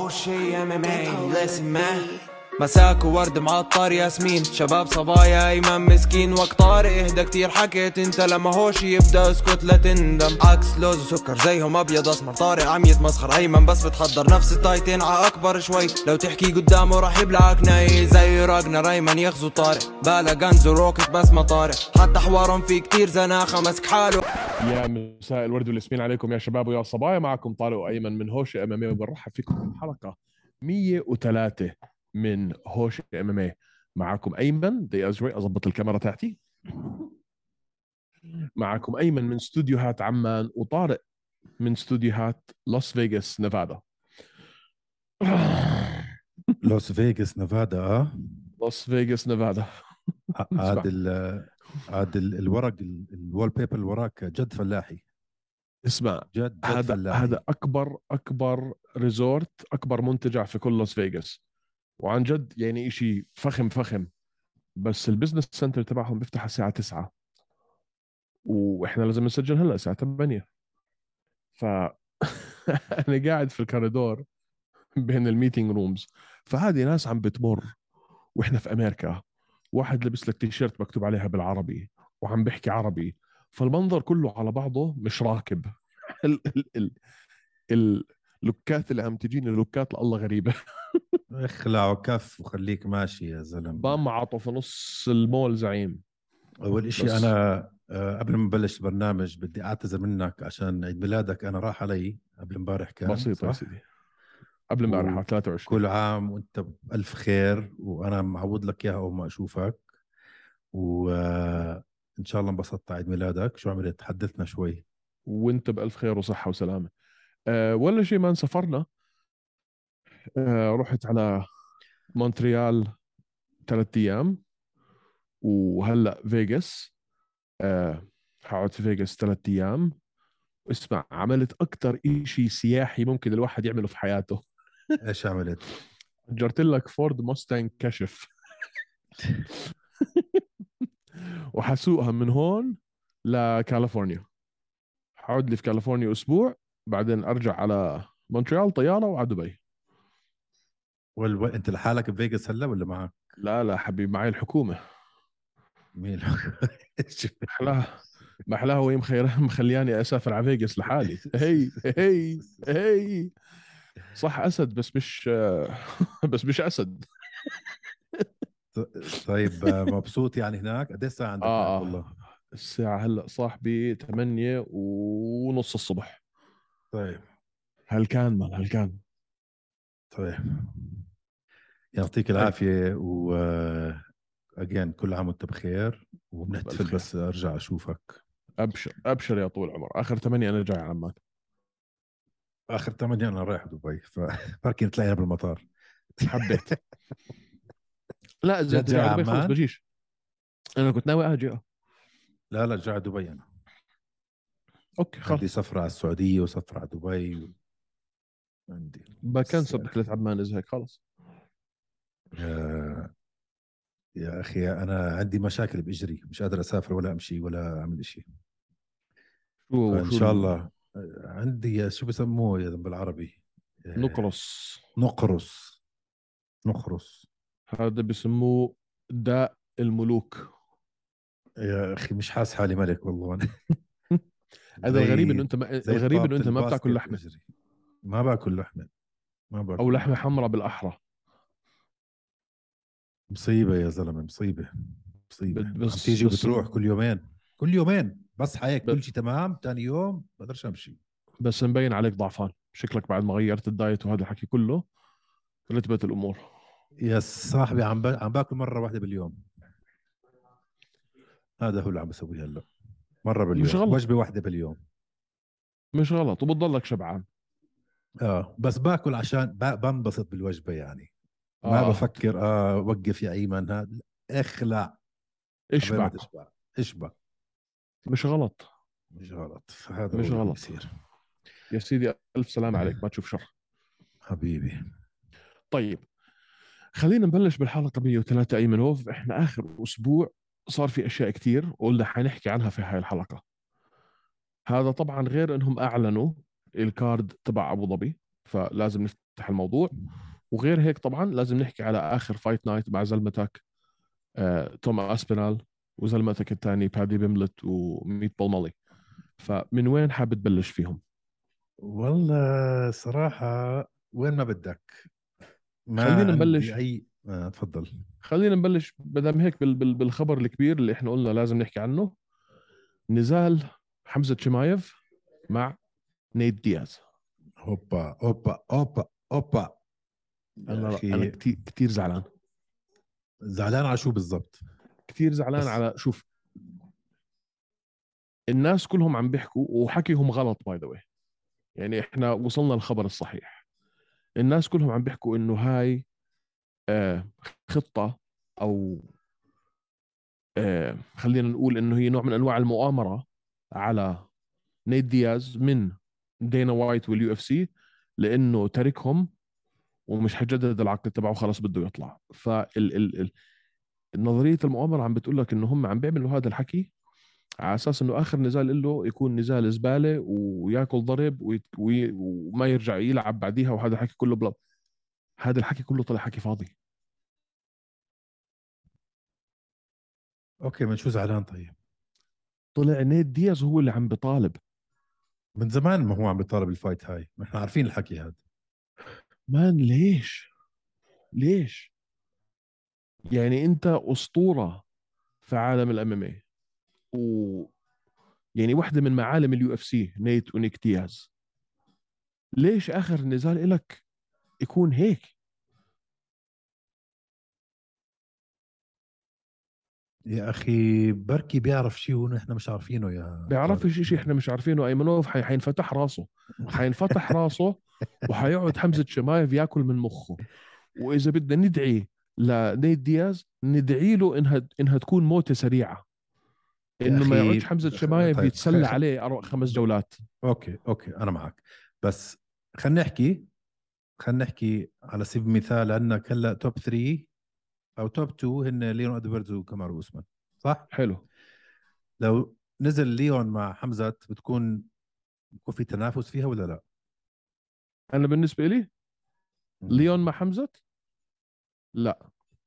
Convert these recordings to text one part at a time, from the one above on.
هوشي ام ام اي listen man. مساك وورد معطر ياسمين، شباب صبايا ايمن مسكين، وقت طارق اهدى كتير حكيت انت، لما هوشي يبدا اسكت لا تندم. عكس لوز وسكر زيهم ابيض اسمر، طارق عم يتمسخر ايمن بس بتحضر نفس التايتين ع اكبر شوي، لو تحكي قدامه راح يبلعك ناي زي راجنر ايمن يغزو طارق، بالا غنز وروكت بس ما طارق، حتى حوارهم في كتير زناخه مسك حاله. يا مساء الورد والياسمين عليكم يا شباب ويا صبايا، معكم طارق وايمن من هوش ام ام اي، وبنرحب فيكم في الحلقه 103 من هوش ام ام اي. معكم ايمن دي ازري، اضبط الكاميرا تاعتي. معكم ايمن من استوديوهات عمان، وطارق من استوديوهات لاس فيغاس نيفادا. لوس فيغاس نيفادا. لاس فيغاس نيفادا. عاد اسمع الورق الوول بيبر اللي وراك جد فلاحي. اسمع، جد هذا فلاحي. اكبر ريزورت، اكبر منتجع في كل لاس فيغاس، وعن جد يعني اشي فخم. بس البزنس سنتر تبعهم بيفتح الساعة 9، واحنا لازم نسجل هلا الساعة 8. ف انا قاعد في الكوريدور بين الميتينج رومز، فهذه ناس عم بتمر واحنا في امريكا، واحد لبس لك تيشيرت مكتوب عليها بالعربي وعم بيحكي عربي، فالمنظر كله على بعضه مش راكب. ال ال ال اللوكات اللي عم تجيني لوكات الله غريبة. اخلع وكف وخليك ماشي يا زلمه. بمعطوا في نص المول زعيم. اول اشي بس انا قبل ما نبلش البرنامج بدي اعتذر منك عشان عيد ميلادك، انا راح علي قبل امبارح كان بسيطة يا صح. سيدي، قبل امبارح على 23. وكل عام وانت بألف خير، وانا معوض لك اياها اول ما اشوفك، وان شاء الله انبسطت عيد ميلادك. شو عملت؟ حدثنا شوي. وانت بألف خير وصحة وسلامة. ولا شيء، ما سافرنا. رحت على مونتريال 3 أيام، وهلأ فيغاس. هقعد في فيغاس 3 أيام. اسمع، عملت أكتر إشي سياحي ممكن الواحد يعمله في حياته. ايش عملت؟ أجرت لك فورد موستانج كشف وحسوقها من هون لكاليفورنيا. هقعد لي في كاليفورنيا أسبوع، بعدين أرجع على مونتريال طيارة وعلى دبي. انت لحالك بفيغاس هلا ولا معك لا لا حبيبي، معي الحكومة. مين؟ محلاها، محلاها وهي مخلياني اسافر على فيغاس لحالي. هي صح اسد، بس مش بس مش اسد. طيب مبسوط يعني هناك؟ قد ايش ساعة عندك هناك والله؟ الساعة هلا صاحبي 8:30 الصبح. طيب. هل كان طيب، يعطيك طيب. العافية و اجين كل عام وانت بخير، وانت بألف وبنحتفل خير. بس ارجع اشوفك. ابشر ابشر يا طول العمر، اخر 8 انا جاي على عمان. اخر 8 انا رايح دبي، فبركي تلاقينا بالمطار. حبيت. لا اذا جد انت جاي جاي على دبي خلص عمان؟ بجيش. انا كنت ناوي اجي لا لا، جاي دبي انا. اوكي عندي خلص. سفرة على السعودية وسفرة على دبي عندي بس. بكنسل رحلة عمان اذا هيك خلص. يا يا اخي انا عندي مشاكل باجري، مش قادر اسافر ولا امشي ولا اعمل شيء. شو فان شو شاء الله. عندي شو بسموه يا بالعربي؟ نقرص. نقرس. نقرس. هذا بسموه داء الملوك. يا اخي مش حاس حالي ملك والله أنا. هذا الغريب انه زي انت زي الغريب طابة انه انت ما بتاكل الباسكت لحمه، بجري. ما باكل لحمة. ما او باكل لحمه لحمة. حمراء بالاحرى. مصيبة يا زلمة، مصيبة. مصيبة عم بس تيجي بس وبتروح كل يومين. كل يوم بصحى هيك ب- كل شيء تمام، ثاني يوم بقدرش امشي. بس مبين عليك ضعفان شكلك بعد ما غيرت الدايت وهذا الحكي كله، رتبت الامور. يا صاحبي عم باكل مرة واحدة باليوم. هذا هو اللي عم بسويه هلا. مرة مش باليوم، غلط، وجبة واحدة باليوم. مش غلط، وبتضلك شبعان. بس باكل عشان بنبسط بالوجبة يعني. ما اه بفكر وقف يا ايمن هذا. اخلع. قبل ما اشبع. تشبع اشبع. مش غلط. مش غلط، فهذا هو مش اللي عم غلط. بيصير. يا سيدي الف سلام عليك، ما تشوف شر. حبيبي. طيب، خلينا نبلش بالحلقه 103. ايمن هوف، احنا اخر اسبوع صار في اشياء كتير وقلنا حنحكي عنها في هاي الحلقه. هذا طبعا غير انهم اعلنوا الكارد تبع ابو ظبي، فلازم نفتح الموضوع. وغير هيك طبعا لازم نحكي على اخر فايت نايت مع زلمتك توم اسبينال، وزلمتك الثاني بادي بيملت وميت بول مالي. فمن وين حابب تبلش فيهم؟ والله صراحة وين ما بدك، ما خلينا عندي نبلش أي تفضل. خلينا نبلش بدم هيك بالخبر الكبير اللي احنا قلنا لازم نحكي عنه. نزال حمزة شمايف مع نيت دياز. هوبا هوبا هوبا هوبا. يا انا أخي كتير كتير زعلان. زعلان على شو بالضبط؟ كتير زعلان بس على، شوف، الناس كلهم عم بيحكوا وحكيهم غلط باي ذا واي. يعني احنا وصلنا الخبر الصحيح. الناس كلهم عم بيحكوا انه هاي آه خطة، او خلينا نقول انه هي نوع من انواع المؤامرة على نيت دياز من دينا وايت واليو اف سي، لانه تركهم ومش حيجدد العقد تبعه، خلاص بده يطلع. نظرية المؤامرة عم بتقول لك انه هم عم بيعملوا هذا الحكي على اساس انه اخر نزال له يكون نزال زبالة وياكل ضرب وما يرجع يلعب بعديها، وهذا الحكي كله هذا الحكي كله طلع حكي فاضي. أوكي، من شو زعلان طيب؟ طلع نيت دياز هو اللي عم بيطالب. من زمان ما هو عم بيطالب الفايت هاي، ما احنا عارفين الحكي هذا. مان ليش؟ ليش؟ يعني انت اسطورة في عالم الام ام اي، و يعني واحدة من معالم اليو اف سي نيت ونيك دياز. ليش اخر نزال إلك يكون هيك؟ يا أخي بركي بيعرف شيء ونحن مش عارفينه يا طارق. بيعرفش شيء احنا مش عارفينه. ايمنوف حينفتح راسه، حينفتح راسه، وحيقعد حمزة شمايف ياكل من مخه. واذا بدنا ندعي لنيت دياز، ندعي له انها تكون موتة سريعة، يا انه ما أخي يقعدش حمزة شمايف طيب يتسلى عليه 5 جولات. أوكي أوكي أنا معك. بس خلينا نحكي، على سبيل المثال عندك هلا توب 3 او توب 2 هن ليون ادواردز وكامارو اوسمان، صح؟ حلو. لو نزل ليون مع حمزه بكون في تنافس فيها ولا لا؟ انا بالنسبة لي مم. ليون مع حمزة، لا.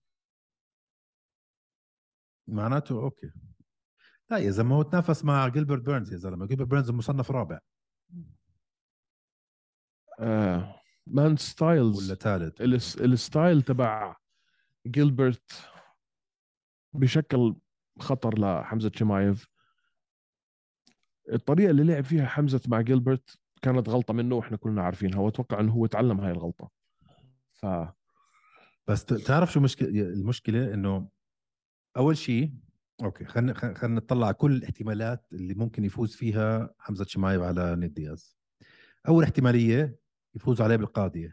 معناته اوكي. لا يا زلمه، هو تنافس مع جيلبرت بيرنز، يا زلمه جيلبرت بيرنز مصنف رابع مان ولا ستايلز. ثالث. الستايل تبع جيلبرت بشكل خطر لحمزة شمايف. الطريقة اللي لعب فيها حمزة مع جيلبرت كانت غلطة منه، واحنا كلنا عارفينها، واتوقع انه هو تعلم هاي الغلطة. ف بس تعرف شو المشكله انه اول شيء، اوكي خلينا نطلع على كل الاحتمالات اللي ممكن يفوز فيها حمزه شمايف على نيد دياز. اول احتماليه يفوز عليه بالقاضيه،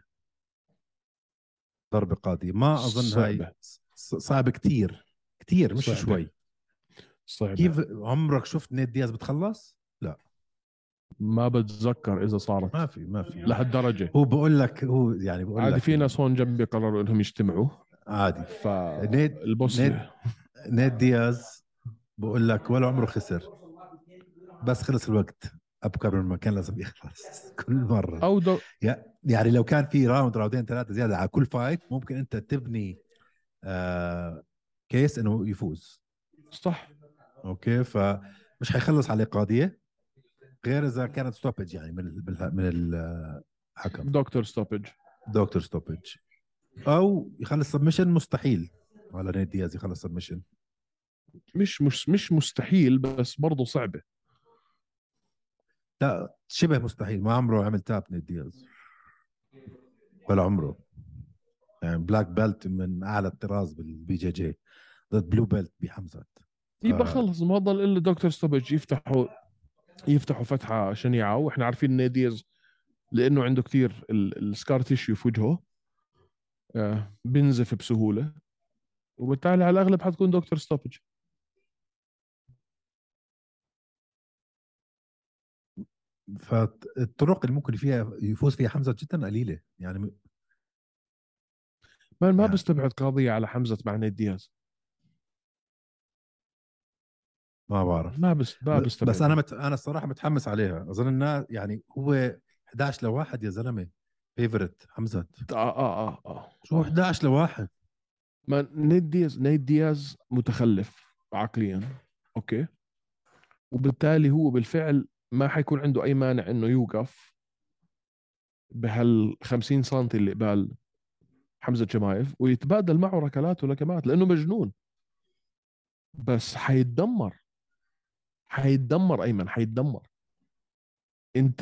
ضربة قاضية. ما أظن هاي صعبة. صعب كتير، كتير مش صعبة. شوي. صعبة. كيف عمرك شفت نيد دياز بتخلص؟ لا، ما بتذكر اذا ما صارت في ما في لهالدرجة. هو بقول لك، هو يعني بقول عادي لك في ناس هون جنبي قرروا انهم يجتمعوا. عادي. نيد فالبوسلة. نيد دياز بقول لك ولا عمره خسر، بس خلص الوقت أبكر من ما كان لازم يخلص كل مرة. او يعني لو كان في راوند راوندين ثلاثة زيادة على كل فايت ممكن أنت تبني كيس إنه يفوز. صح. أوكي، فمش حيخلص عليه قاضية غير اذا كانت ستوبج، يعني من الحكم، دكتور ستوبج. دكتور ستوبج، او يخلص سبمشن. مستحيل على نيد دياز يخلص سبمشن. مش مستحيل، بس برضه صعبة. لا شبه مستحيل، ما عمره عمل تاب نيد دياز ولا عمره. يعني بلاك بيلت من اعلى الطراز بالبي جي جي ضد بلو بيلت بحمزه. ف يبقى خلص ما ضل الا دكتور ستوبج يفتحوا فتحة شنيعة. واحنا عارفين نيديز لانه عنده كثير السكار تيشيو في وجهه، بنزف بسهولة، وبالتالي على الاغلب حتكون دكتور ستوبج. فالطرق اللي ممكن فيها يفوز فيها حمزه جدا قليله يعني. ما يعني بستبعد قضية على حمزة مع نيد دياز. ما بعرف. ما بس انا بستبعدها. انا الصراحه متحمس عليها. اظن انها يعني هو 11 ل1 يا زلمه. فيفرت حمزة. شو آه. 11-1؟ ما نيت دياز متخلف عقليا، اوكي، وبالتالي هو بالفعل ما حيكون عنده اي مانع انه يوقف بهال 50 سم اللي قبال حمزه جمايف ويتبادل معه ركلات ولكمات لانه مجنون. بس حيتدمر ايمن، حيتدمر. انت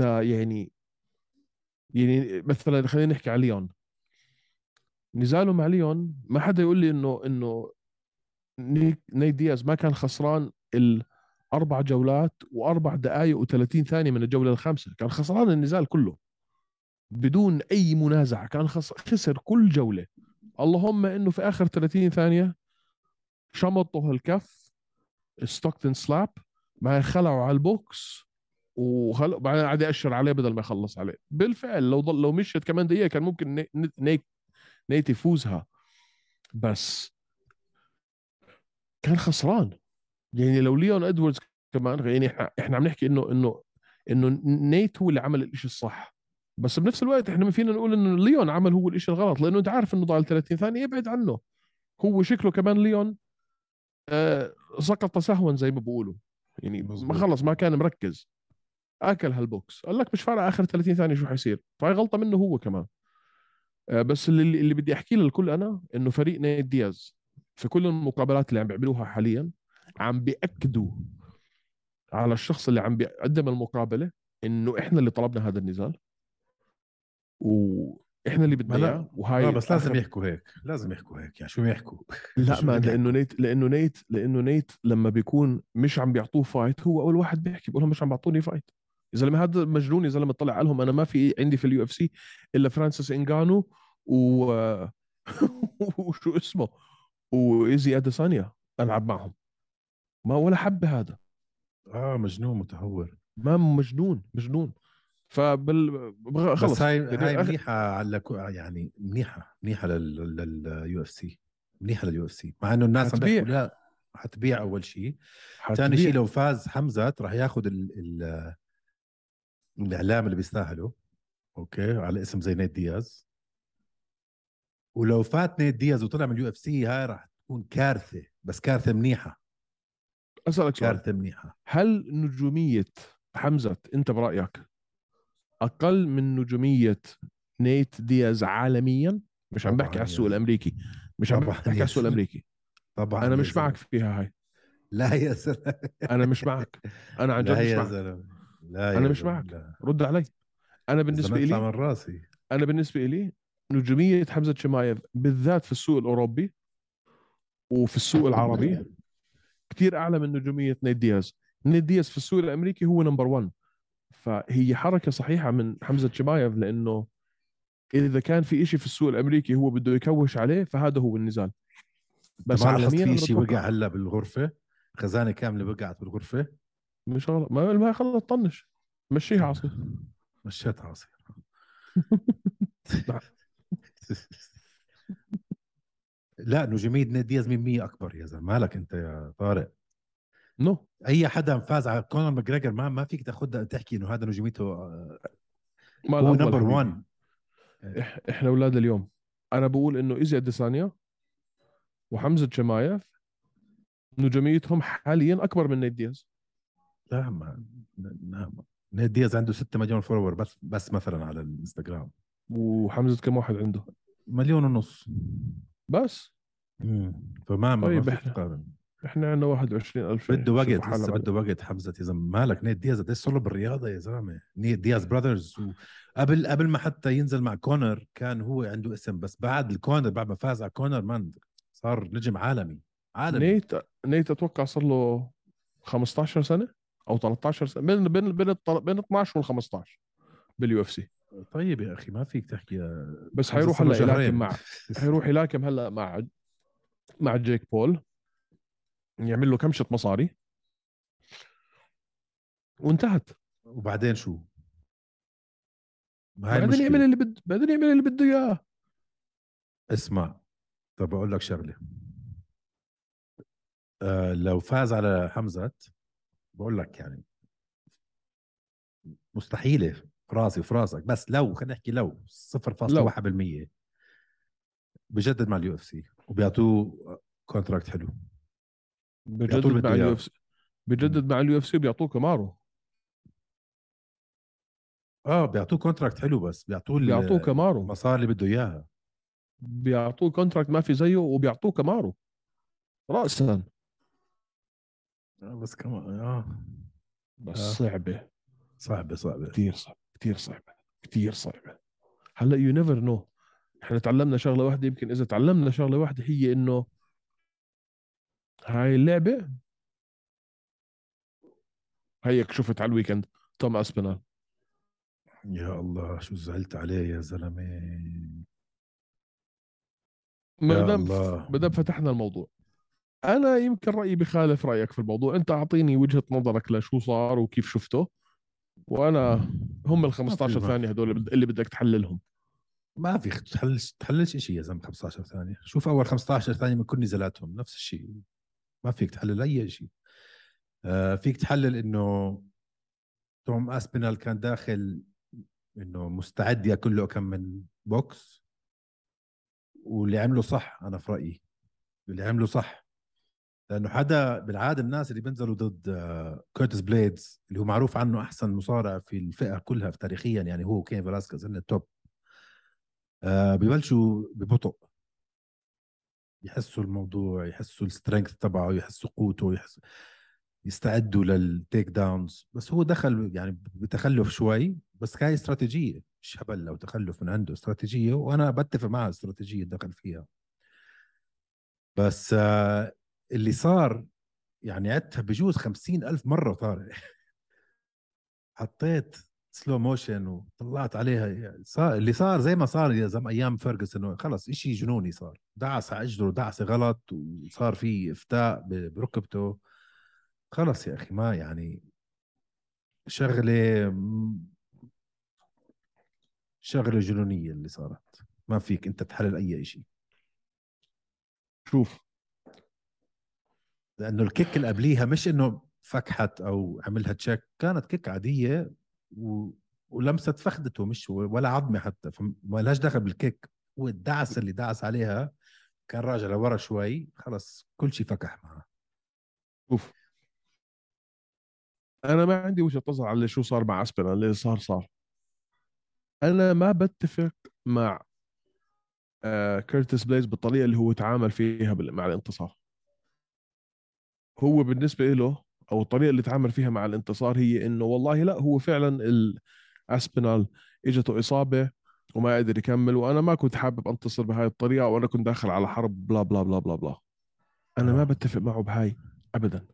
يعني مثلا خلينا نحكي على ليون. نزاله مع ليون ما حدا يقول لي انه نيت دياز ما كان خسران الاربع جولات واربع دقائق و30 ثانيه من الجوله الخامسه، كان خسران النزال كله بدون اي منازعه، كان خسر كل جوله. اللهم انه في اخر 30 ثانيه شمطه الكف ستوكتن سلاب، بعدين خلعوا على البوكس بعدين قعد يأشر عليه بدل ما يخلص عليه. بالفعل لو مشيت كمان دقيقه كان ممكن نيت يفوزها، بس كان خسران. يعني لو ليون ادواردز كمان، يعني احنا عم نحكي انه نيت هو اللي عمل الاشي الصح، بس بنفس الوقت احنا ما فينا نقول انه ليون عمل هو الاشي الغلط، لانه انت عارف انه ضل 30 ثانيه يبعد عنه. هو شكله كمان ليون سقط سهوا زي ما بقولوا، يعني ما مزبوط. خلص ما كان مركز، اكل هالبوكس قال لك مش فارقه اخر 30 ثانيه شو حيصير، فهي غلطه منه هو كمان. بس اللي بدي احكيه للكل انا انه فريق نيت دياز في كل المقابلات اللي عم بيعملوها حاليا عم بيأكدوا على الشخص اللي عم بيقدم المقابله انه احنا اللي طلبنا هذا النزال واحنا اللي ما بدنا لا اياه، وهاي بس لازم اخر. يحكوا هيك، لازم يحكوا هيك، يعني شو ما يحكوا لا شو ما بدهم لانه يحكوا. نيت لما بيكون مش عم بيعطوه فايت هو اول واحد بيحكي بقول لهم مش عم بيعطوني فايت. يا زلمه هذا مجنون، يا زلمه طلع لهم انا ما في عندي في اليو اف سي الا فرانسيس انغانو و وشو اسمه وايزي اديسانيا العب معهم، ما ولا حبه هذا. مجنون متهور. ما مجنون. بس خلص هاي يعني منيحه على يعني منيحه لليو اف سي، منيحه لليو اف سي، مع انه الناس عم بيحكوا حتبيع لا. حتبيع اول شيء. ثاني شيء حتبيع لو فاز حمزه راح ياخذ الاعلام اللي بيستاهله، اوكي، على اسم زي نيت دياز. ولو فات نيت دياز وطلع من اليو اف سي هاي راح تكون كارثه، بس كارثه منيحه. اسالك سؤال، كارثه منيحه. هل نجوميه حمزه انت برايك اقل من نجوميه نيت دياز عالميا؟ مش عم بحكي طبعا على السوق يا الامريكي، مش عم طبعا بحكي على يا السوق زلمه. الامريكي. طبعا انا يا مش معك زلمه. فيها هاي. لا يا زلمه. انا مش معك، انا عن جد لا مش يا معك. زلمه. لا انا يا مش زلمه معك، لا. رد علي. انا يا زلمه بالنسبه اطلع لي من راسي. انا بالنسبه لي نجوميه حمزه شمايف بالذات في السوق الاوروبي وفي السوق العربي كثير اعلى من نجوميه نيت دياز. نيت دياز في السوق الامريكي هو نمبر 1، فهي حركه صحيحه من حمزه شمايف، لانه اذا كان في إشي في السوق الامريكي هو بده يكوش عليه فهذا هو النزال. انت بس ما لاحظت عالميا في انا شيء وقع بتوقع هلا بالغرفه؟ خزانه كامله وقعت بالغرفه. مش غلط، ما خلص طنش، مشيها عصير. مشيتها عصير. نعم. لا، نجومية نيد دياز من 100 اكبر يا زلمه، مالك انت يا طارق؟ نو اي حدا فاز على كونر ماجريجر ما فيك تاخذ تحكي انه هذا نجوميته ما هو الافضل نمبر حبيبي. 1. احنا اولاد اليوم. انا بقول انه ايزي اديسانيا وحمزه شمايف نجوميتهم حاليا اكبر من نيت دياز. لا نيد دياز عنده 6 مليون فولور بس مثلا على الانستغرام. وحمزه كم واحد عنده؟ 1.5 مليون. بس فما طيب فيك احنا تقارن. احنا عندنا 21,000 بده يشوفوا وقت، حالنا لسه بعد. بده وقت حمزه يا زلمه، مالك نيد دياز قديش صار له بالرياضه يا زلمه. نيد دياز براذرز، وقبل ما حتى ينزل مع كونر كان هو عنده اسم، بس بعد الكونر، بعد ما فاز على كونر مان صار نجم عالمي. عالمي. نيت نيت اتوقع صار له 15 سنه او 13 سنه، بين 12 وال 15 باليو اف سي. طيب يا اخي ما فيك تحكي بس حمزه حيروح صار له هلا يلاكم شهرين. مع حيروح يلاكم هلا مع جيك بول، يعمل له كمشة مصاري وانتهت. وبعدين شو؟ هاي المشكله. بعدين يعمل اللي بده اياه. اسمع، طب اقول لك شغله. لو فاز على حمزه، بقول لك يعني مستحيله في راسي وفي راسك، بس لو خلينا نحكي لو لو 0.1% بجدد مع اليو اف سي وبيعطوه كونتراكت حلو، بيعطوه اللي بجدد بده مع اليو اياه. اف سي، بجدد مع اليو اف سي بيعطوه كمارو، اه بيعطوه كونتراكت حلو، بس بيعطوه بيعطوه كمارو، المصاري اللي بده اياها. بيعطوه كونتراكت ما في زيه، وبيعطوه كمارو رأسا. بس كمان بس اه صعبة، صعبة. كثير صعبة، كثير صعبة، كثير صعبة. هلا يو نيفر نو. احنا تعلمنا شغلة واحدة، يمكن إذا تعلمنا شغلة واحدة هي إنه هاي اللعبة، هيك شفت على الويكند توم اسبينال. يا الله شو زعلت عليه يا زلمة. ما يا دام الله. ما دام فتحنا الموضوع، انا يمكن رايي بخالف رايك في الموضوع. انت اعطيني وجهة نظرك لشو صار وكيف شفته، وانا هم ال ما في 15 ما ثانية في هدول اللي بدك تحللهم. ما في تحللش شيء يا زلمة. 15 ثانية، شوف أول 15 ثانية من كل نزالاتهم نفس الشيء. ما فيك تحلل أي شيء. فيك تحلل إنه توم أسبينال كان داخل إنه مستعد ياكل له كم من بوكس، واللي عمله صح. أنا في رأيي اللي عمله صح، لأنه حدا بالعادة الناس اللي بينزلوا ضد كورتس بليدز اللي هو معروف عنه أحسن مصارع في الفئة كلها في تاريخيا، يعني هو كين فلاسكيز هن التوب. ببلشوا ببطء، يحسوا الموضوع، يحسوا السترينث تبعه، يحسوا قوته، يستعدوا للتيك داونز. بس هو دخل يعني بتخلف شوي، بس هاي استراتيجية، مش هبل لو تخلف من عنده استراتيجية، وأنا بتفق معها استراتيجية دخل فيها. بس اللي صار يعني عدتها بجوز 50,000 مرة طارق. حطيت سلو موشن وطلعت عليها، يعني صار اللي صار زي ما صار يا زلمه ايام فيرجسون، خلص اشي جنوني صار. دعس على اجره دعسه غلط، وصار في افتاء بركبته. خلص يا اخي، ما يعني شغله شغله جنونيه اللي صارت. ما فيك انت تحلل اي شيء، شوف، لانه الكيك اللي قبليها مش انه فكحت او عملها تشيك، كانت كيك عاديه و... ولمست فخدته، مش ولا عظمه حتى، فما لهاش دخل بالكيك. هو الدعس اللي دعس عليها كان راجع لورا شوي، خلص كل شيء فكح معه. شوف، انا ما عندي وجهة نظر على شو صار مع اسبينال. اللي صار، انا ما بتفق مع كيرتس بليز بالطريقة اللي هو تعامل فيها مع الانتصار. هو بالنسبة له، او الطريقة اللي تعامل فيها مع الانتصار، هي انه والله لا، هو فعلا اسبينال اجته اصابة وما قدر يكمل، وانا ما كنت حابب انتصر بهاي الطريقة، وانا كنت داخل على حرب بلا بلا بلا بلا بلا. انا ما اه بتفق معه بهاي ابدا،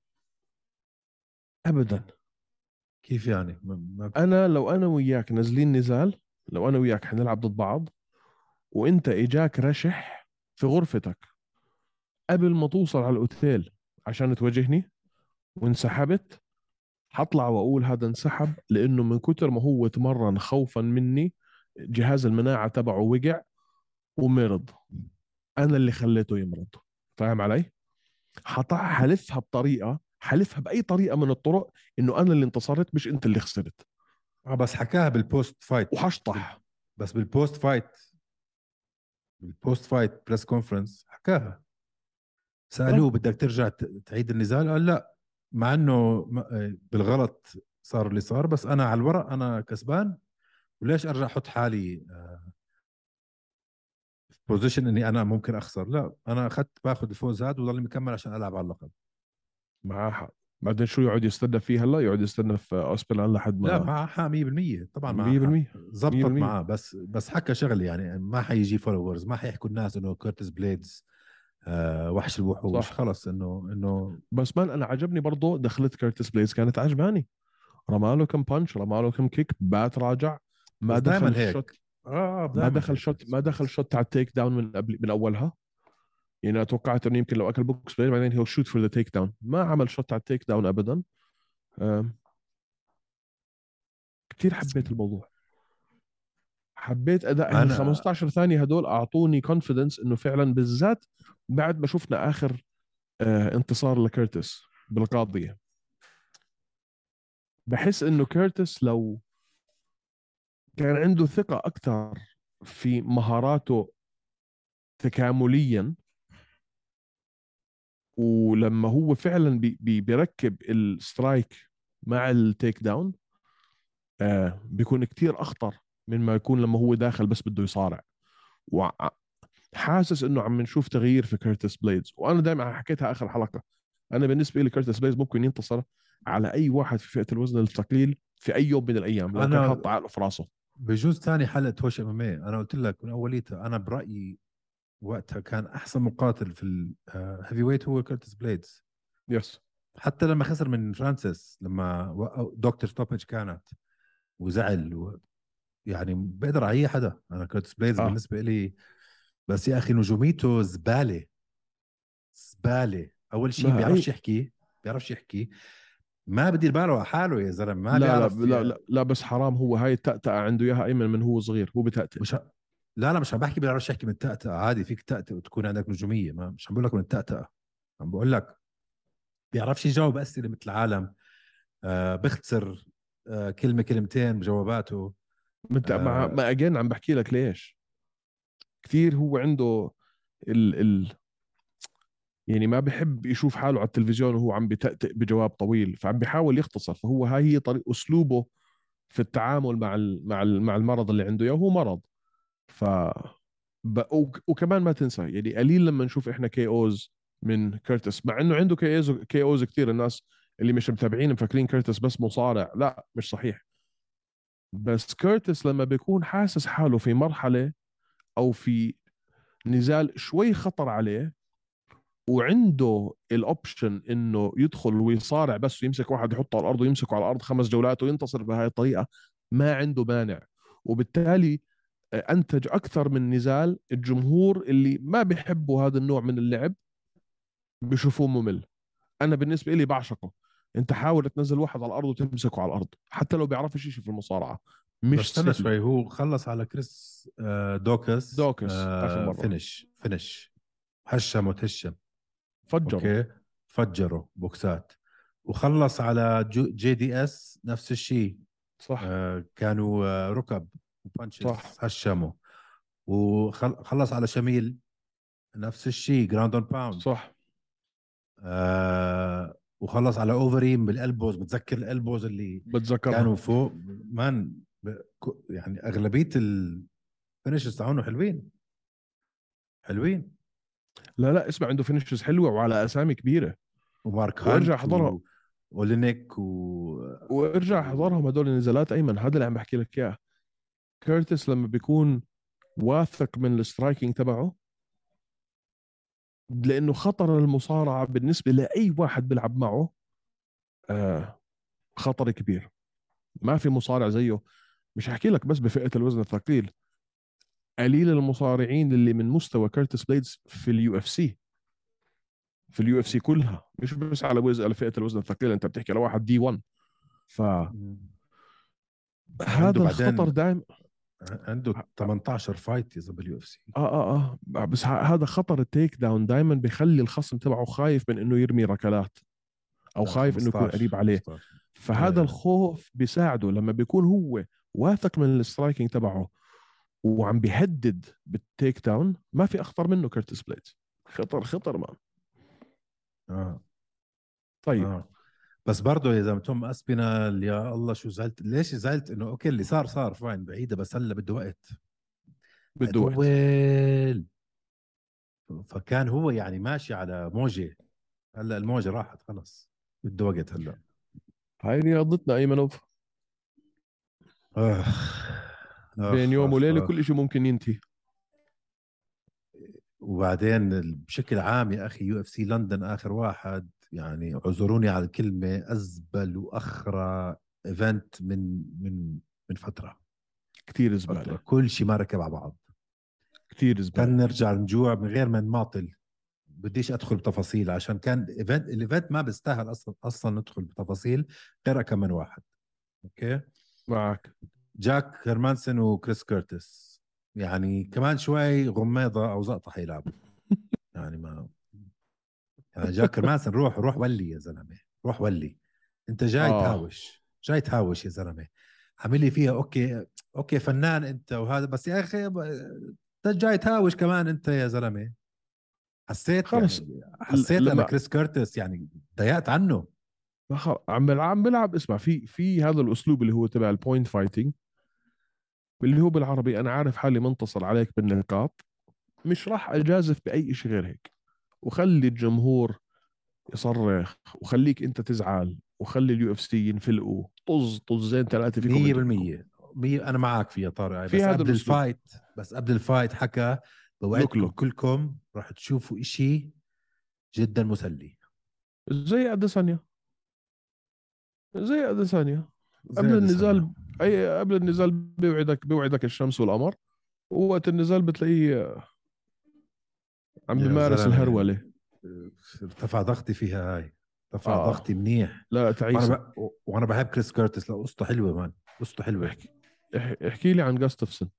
ابدا. كيف يعني انا لو انا وياك نازلين نزال، لو انا وياك حنلعب ضد بعض، وانت اجاك رشح في غرفتك قبل ما توصل على الاوتيل عشان تواجهني، وانسحبت، حطلع واقول هذا انسحب لانه من كتر ما هو تمرن خوفا مني جهاز المناعة تبعه وقع ومرض. انا اللي خليته يمرض. فاهم علي؟ حلفها بطريقة، حلفها بأي طريقة من الطرق انه انا اللي انتصرت مش انت اللي خسرت. بس حكاها بالبوست فايت. وحشطح. بس بالبوست فايت بريس كونفرنس حكاها. سألوه اه، بدك ترجع تعيد النزال؟ قال لا، مع انه بالغلط صار اللي صار، بس انا على الورق انا كسبان، وليش ارجع احط حالي في بوزيشن اني انا ممكن اخسر؟ لا، انا اخذت باخذ الفوز هذا وضل مكمل عشان العب على اللقب. معاه حق. بعدين شو يقعد يستنى فيه هلا؟ يقعد يستنى في اسبينال لحد لا ما معه حق 100%، طبعا معه حق. 100%. زبطت 100%. معاه، بس حكى شغله، يعني ما حيجي فولورز، ما حيحكوا الناس انه كورتس بليدز وحش الوحوش. صح. خلص انه بس مان انا عجبني برضه دخلت كيرتس بليز، كانت عجباني. رماله كم بانش، رماله كم كيك، بات راجع، ما بس دخل دائما الشوت. هيك. دائما هيك كورتس ما دخل بليدز. شوت على التيك داون من قبل، من اولها. يعني توقعت انه يمكن لو اكل بوكس بلاي بعدين هو شوت فور ذا تيك داون، ما عمل شوت على التيك داون ابدا. أم، كثير حبيت الموضوع، حبيت اداء ال انا 15 ثانيه هدول، اعطوني كونفيدنس انه فعلا، بالذات بعد ما شفنا اخر انتصار لكيرتس بالقاضيه. بحس انه كيرتس لو كان عنده ثقة أكثر في مهاراته تكامليا، ولما هو فعلا بيركب السترايك مع التيك داون بيكون كتير أخطر من ما يكون لما هو داخل بس بده يصارع. وحاسس إنه عم نشوف تغيير في كيرتس بليدز، وأنا دائما حكيتها آخر حلقة، أنا بالنسبة لي كيرتس بليدز ممكن ينتصر على أي واحد في فئة الوزن الثقيل في أي يوم من الأيام لو كان انا حاط عقله في راسه. بجوز ثاني حلقه هوش ام انا قلت لك من اوليتها، انا برايي وقتها كان احسن مقاتل في الهيفي ويت هو كيرتس بليدز. يس. حتى لما خسر من فرانسيس، لما دكتور ستوبج كانت وزعل يعني بقدر على اي حدا. انا كيرتس بليدز اه بالنسبه لي، بس يا اخي نجوميته زباله زباله. اول شيء ما أي. بيعرفش يحكي. ما بدي باله على حاله يا زلمه، ما لا لا بيعرف لا لا, لا بس حرام، هو هاي التأتأة عنده إياها أيمن من هو صغير، هو بتأتأ. مش لا لا، مش عم بحكي بيعرفش يحكي من التأتأة. عادي فيك تأتأ وتكون عندك نجوميه، ما مش عم بقول لك من التأتأة. عم بقول لك بيعرفش يجاوب اسئله مثل العالم. بيختصر كلمه كلمتين بجواباته. انت مع آه ما اجين عم بحكي لك ليش كثير هو عنده ال يعني ما بحب يشوف حاله على التلفزيون وهو عم بتأتئ بجواب طويل، فعم بيحاول يختصر. فهو هاي هي طريق اسلوبه في التعامل مع المرض اللي عنده اياه، وهو مرض. ف وكمان ما تنسى يعني قليل لما نشوف احنا كي اوز من كيرتس، مع انه عنده كي اوز كثير. الناس اللي مش متابعين مفكرين كيرتس بس مصارع، لا مش صحيح. بس كيرتس لما بيكون حاسس حاله في مرحلة او في نزال شوي خطر عليه، وعنده الاوبشن انه يدخل ويصارع بس ويمسك واحد يحطه على الارض ويمسكه على الارض 5 جولات وينتصر بهاي الطريقه، ما عنده مانع. وبالتالي انتج اكثر من نزال الجمهور اللي ما بيحبوا هذا النوع من اللعب بشوفوه ممل. انا بالنسبه لي بعشقه. انت حاول تنزل واحد على الارض وتمسكه على الارض حتى لو بيعرفش شيء في المصارعه، بس مش استنى سهل. شوي، هو خلص على كريس دوكس دوكس اخر مره فينش هشم وتهشم. فجره. اوكي، فجروا بوكسات. وخلص على جي دي اس نفس الشيء. صح كانوا ركب صح وبانشز هشموا. وخلص على شميل نفس الشيء، جراوند اون باوند. صح. وخلص على اوفريم بالالبوز، بتذكر الالبوز اللي بتذكرها. كانوا فوق. مان يعني اغلبيه الفينشز تاعونه حلوين حلوين. لا لا اسمع، عنده فينيشز حلوه وعلى اسامي كبيره. ومارك وارجع هانت احضرها، واولينيك وارجع احضرهم هدول النزالات ايمن. هذا اللي عم بحكي لك اياه. كيرتس لما بيكون واثق من السترايكينج تبعه، لانه خطر المصارعه بالنسبه لاي واحد بيلعب معه آه خطر كبير. ما في مصارع زيه. مش هحكي لك بس بفئه الوزن الثقيل، قليل المصارعين اللي من مستوى كيرتس بليدز في اليو اف سي. في اليو اف سي كلها، مش بس على فئه الوزن الثقيل، انت بتحكي على واحد دي 1. فهذا عنده الخطر بعدين دائما. عنده 18 فايت يا باليو اف سي. بس هذا خطر التيك داون دائما بيخلي الخصم تبعه خايف من انه يرمي ركلات، او لا خايف انه يكون 15 قريب عليه. 15. فهذا الخوف بيساعده لما بيكون هو واثق من السترايكينج تبعه وعم بيهدد بالتيك داون. ما في اخطر منه كيرتس بليد. خطر خطر مان. اه طيب. اه. بس برضه يا زلمه توم اسبينال، يا الله شو زعلت. ليش زعلت؟ انه اوكي اللي صار فاين بعيده، بس هلا بده وقت بده وقت. طويل. فكان هو يعني ماشي على موجه، هلا الموجه راحت خلص، بده وقت هلا. هاي رياضتنا ايمنوف. اخ بين اخ يوم اخ وليله اخ. كل شيء ممكن ينتهي. وبعدين بشكل عام يا اخي، يو اف سي لندن اخر واحد، يعني اعذروني على الكلمه، ازبل واخرى ايفنت من فتره. كثير فتره زباله. كل شيء ما ركب على بعض. كثير كان زباله. نرجع نجوع من غير ما نماطل. بديش ادخل بتفاصيل عشان كان الايفنت ما بيستاهل اصلا ندخل بتفاصيل غير كم من واحد. اوكي. معك. جاك هيرمانسون وكريس كيرتس، يعني كمان شوي غميضه او زقطه حيلعبوا. يعني ما يعني جاك هيرمانسون، روح ولي يا زلمه، روح ولي. انت جاي اه تهاوش، جاي تهاوش يا زلمه. عامل لي فيها اوكي اوكي فنان انت وهذا، بس يا اخي انت جاي تهاوش كمان انت يا زلمه. حسيت خلص يعني حسيت انا لما كريس كيرتس يعني ضيقت عنه. عم بلعب، اسمع، في هذا الاسلوب اللي هو تبع البوينت فايتنج، اللي هو بالعربي انا عارف حالي منتصر عليك بالنقاط، مش راح اجازف باي شيء غير هيك، وخلي الجمهور يصرخ، وخليك انت تزعل، وخلي اليو اف سي ينفلقوا طز طزين ثلاثه فيكم انتوا كلكم. 100% 100 انا معك فيها طارق. في بس هذا قبل الاسلوب. الفايت، حكى لوك بوعدكم لوك كلكم راح تشوفوا إشي جدا مسلي. زي اديسانيا، زي اديسانيا زي قبل اديسانيا. النزال. اي قبل النزال بيوعدك الشمس والقمر، ووقت النزال بتلاقيه عم يا بمارس زلمه الهرولة. ارتفع ضغطي فيها هاي، ارتفع اه ضغطي منيح. لا تعيسة. وانا بحب كريس كيرتس، لا قصته حلوه مان، قصته حلوه. احكي احكي لي عن جاستفسون.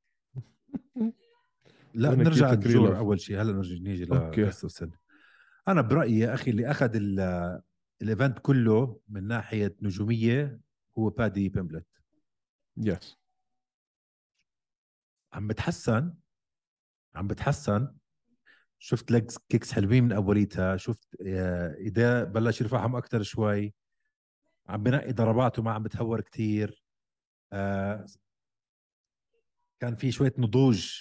لا وين نرجع كيتا نجور كريلوف؟ اول شيء، هلا نرجع نيجي اوكي. لجاستسون. انا برايي يا اخي اللي اخذ الايفنت كله من ناحيه نجوميه هو بادي بيمبلت. يس. عم بتحسن، عم بتحسن. شفت ليجز كيكس حلوين من اوليتها، شفت ايديه بلش يرفعهم اكثر شوي، عم بنقي ضرباته ما عم بتهور كتير. آه، كان في شويه نضوج.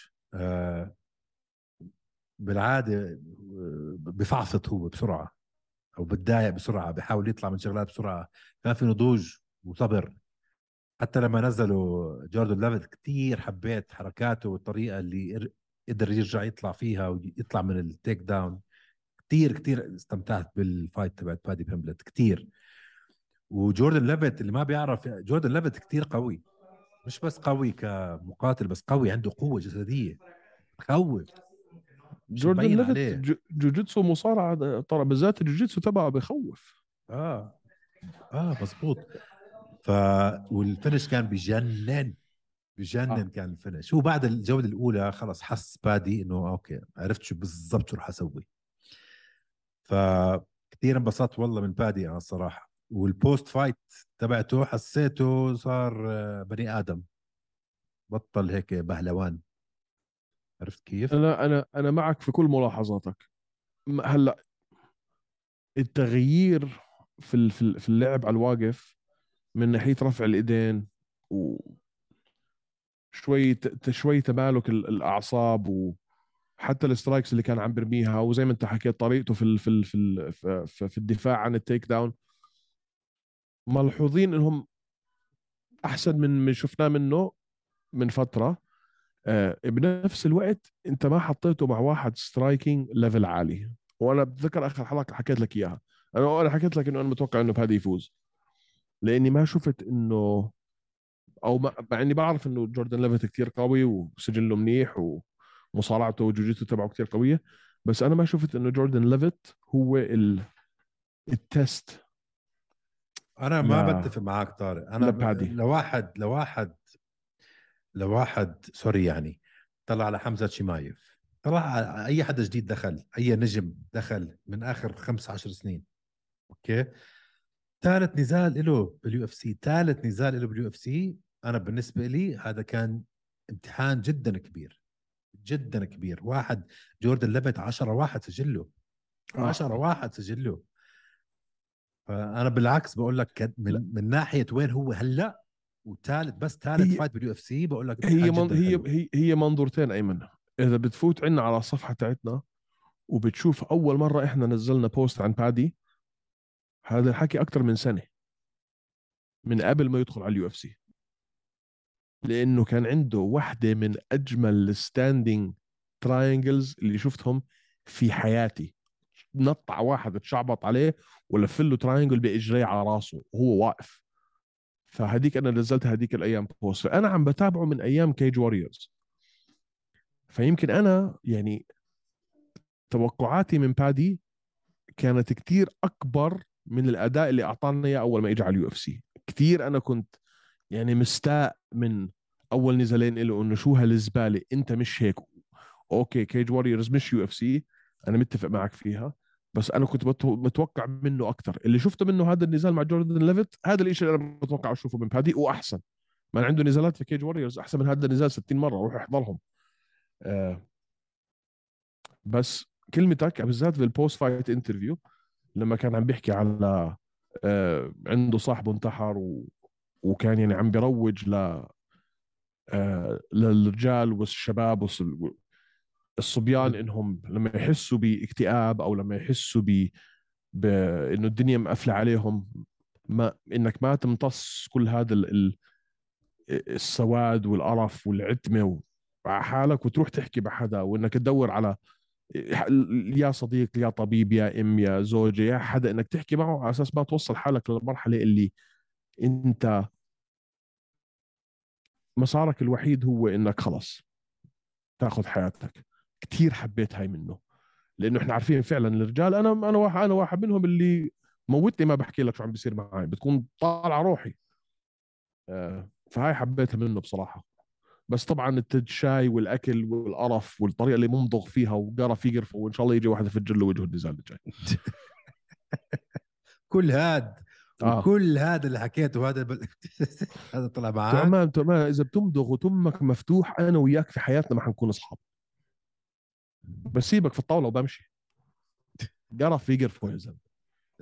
بالعاده بفعفط هو بسرعه، او بتضايق بسرعه، بحاول يطلع من شغلات بسرعه. كان في نضوج وصبر. حتى لما نزلوا جوردن ليفيت كتير حبيت حركاته والطريقه اللي قدر يرجع يطلع فيها ويطلع من التيك داون. كتير كتير استمتعت بالفايت تبعت بادي بيمبلت كتير. وجوردن ليفيت اللي ما بيعرف، جوردن ليفيت كتير قوي، مش بس قوي كمقاتل، بس قوي عنده قوة جسدية تخوف، مش جوردن مبين ليفت عليه. جوجيتسو مصارعة طبعا، بالذات الجوجيتسو تبعه بخوف. اه اه مزبوط. ف والفينش كان بجنن، اه بجنن كان الفينش. هو بعد الجولة الأولى خلص حس بادي إنه أوكي عرفت شو بالضبط شو رح أسوي. فكتير انبسطت والله من بادي أنا الصراحة. والبوست فايت تبعته حسيته صار بني آدم، بطل هيك بهلوان. عرفت كيف؟ انا معك في كل ملاحظاتك. هلا التغيير في اللعب على الواقف، من ناحية رفع الايدين، وشوي شوي تمالك الاعصاب، وحتى السترايكس اللي كان عم برميها، وزي ما انت حكيت طريقته في الدفاع عن التيك داون، ملحوظين انهم احسن من شفناه منه من فترة. بنفس الوقت انت ما حطيته مع واحد سترايكينج ليفل عالي. وانا بتذكر اخر حلقة حكيت لك اياها، انا حكيت لك انه انا متوقع انه بهذا يفوز، لاني ما شفت انه، او مع اني بعرف انه جوردن ليفيت كتير قوي وسجله منيح، ومصارعته وجوجيته تبعه كتير قويه، بس انا ما شفت انه جوردن ليفيت هو التست أنا ل ما بتفق معك طارق. أنا لبادي. لواحد سوري يعني، طلع على حمزة شمايف، طلع على أي حدا جديد دخل، أي نجم دخل من آخر 15 سنين. أوكي، ثالث نزال له باليو اف سي، ثالث نزال له باليو اف سي. أنا بالنسبة لي هذا كان امتحان جدا كبير، جدا كبير. واحد جوردن ليفيت 10 واحد سجله، 10 اه واحد سجله. فأنا بالعكس بقول لك لا، من ناحية وين هو هلا، وثالث، بس ثالث هي فايت باليو اف سي، بقول لك امتحان جدا حلو. هي منظورتين ايمن. اذا بتفوت عنا على الصفحه تاعتنا وبتشوف اول مره احنا نزلنا بوست عن بادي، هذا الحكي اكثر من سنه، من قبل ما يدخل على اليو اف سي، لانه كان عنده واحده من اجمل الستاندينج تراينجلز اللي شفتهم في حياتي. نط على واحد اتشعبط عليه ولف له تراينجل باجريه على راسه وهو واقف. فهديك انا نزلت هديك الايام بوست، فانا عم بتابعه من ايام كيج واريورز. فيمكن انا يعني توقعاتي من بادي كانت كتير اكبر من الاداء اللي اعطانا اياه اول ما اجى على اليو اف سي. كتير انا كنت يعني مستاء من اول نزالين له، انه شو هالزباله، انت مش هيك. اوكي كيج واريورز مش يو اف سي، انا متفق معك فيها، بس انا كنت متوقع منه اكثر. اللي شفته منه هذا النزال مع جوردن ليفيت، هذا الشيء اللي انا بتوقع اشوفه من بادي واحسن. ما عنده نزالات في كيج ووريرز احسن من هذا النزال 60 مره، روح احضرهم. آه بس كلمتك بالذات في البوست فايت انترفيو لما كان عم بيحكي على عنده صاحبه انتحر وكان يعني عم بيروج للرجال والشباب والصبيان انهم لما يحسوا باكتئاب او لما يحسوا انه الدنيا مقفله عليهم، ما انك ما تمتص كل هذا السواد والقرف والعتمه على حالك وتروح تحكي بحدا، وانك تدور على يا صديق يا طبيب يا ام يا زوجة يا حدا انك تحكي معه على اساس ما توصل حالك للمرحله اللي انت مسارك الوحيد هو انك خلص تاخذ حياتك. كثير حبيت هاي منه، لانه احنا عارفين فعلا الرجال، انا واحد منهم اللي موتني ما بحكي لك شو عم بيصير معي، بتكون طالعه روحي. فهاي حبيتها منه بصراحه. بس طبعا الشاي والاكل والقرف والطريقه اللي ممضغ فيها وقرف يقرفه، وان شاء الله يجي واحد يفجر له وجهه النزال الجاي. كل هاد اه وكل هذا اللي حكيته هذا هذا طلع معك. تمام اذا بتمضغ وتمك مفتوح انا وياك في حياتنا ما حنكون اصحاب. بسيبك في الطاوله وبمشي، قرف يقرفه يا زلمه.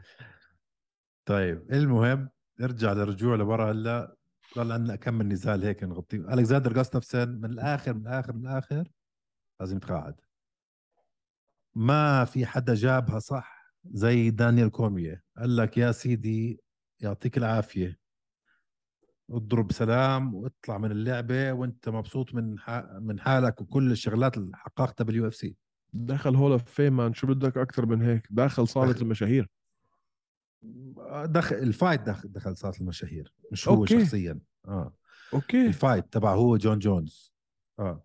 طيب المهم نرجع لرجوع لورا هلا. ضل عندنا كم من نزال هيك نغطيه. الكسندر جاستفسن من الاخر من الاخر من الاخر لازم يتقاعد. ما في حدا جابها صح زي دانيال كوميه. قال لك يا سيدي يعطيك العافيه، اضرب سلام واطلع من اللعبه وانت مبسوط من حالك وكل الشغلات اللي حققتها باليو اف سي. دخل هول اوف فيم مان، شو بدك اكثر من هيك؟ داخل صاله دخل المشاهير. دخل الفايت، دخل صالة المشاهير مش هو اوكي شخصيا. اه اوكي. الفايت تبع هو جون جونز. اه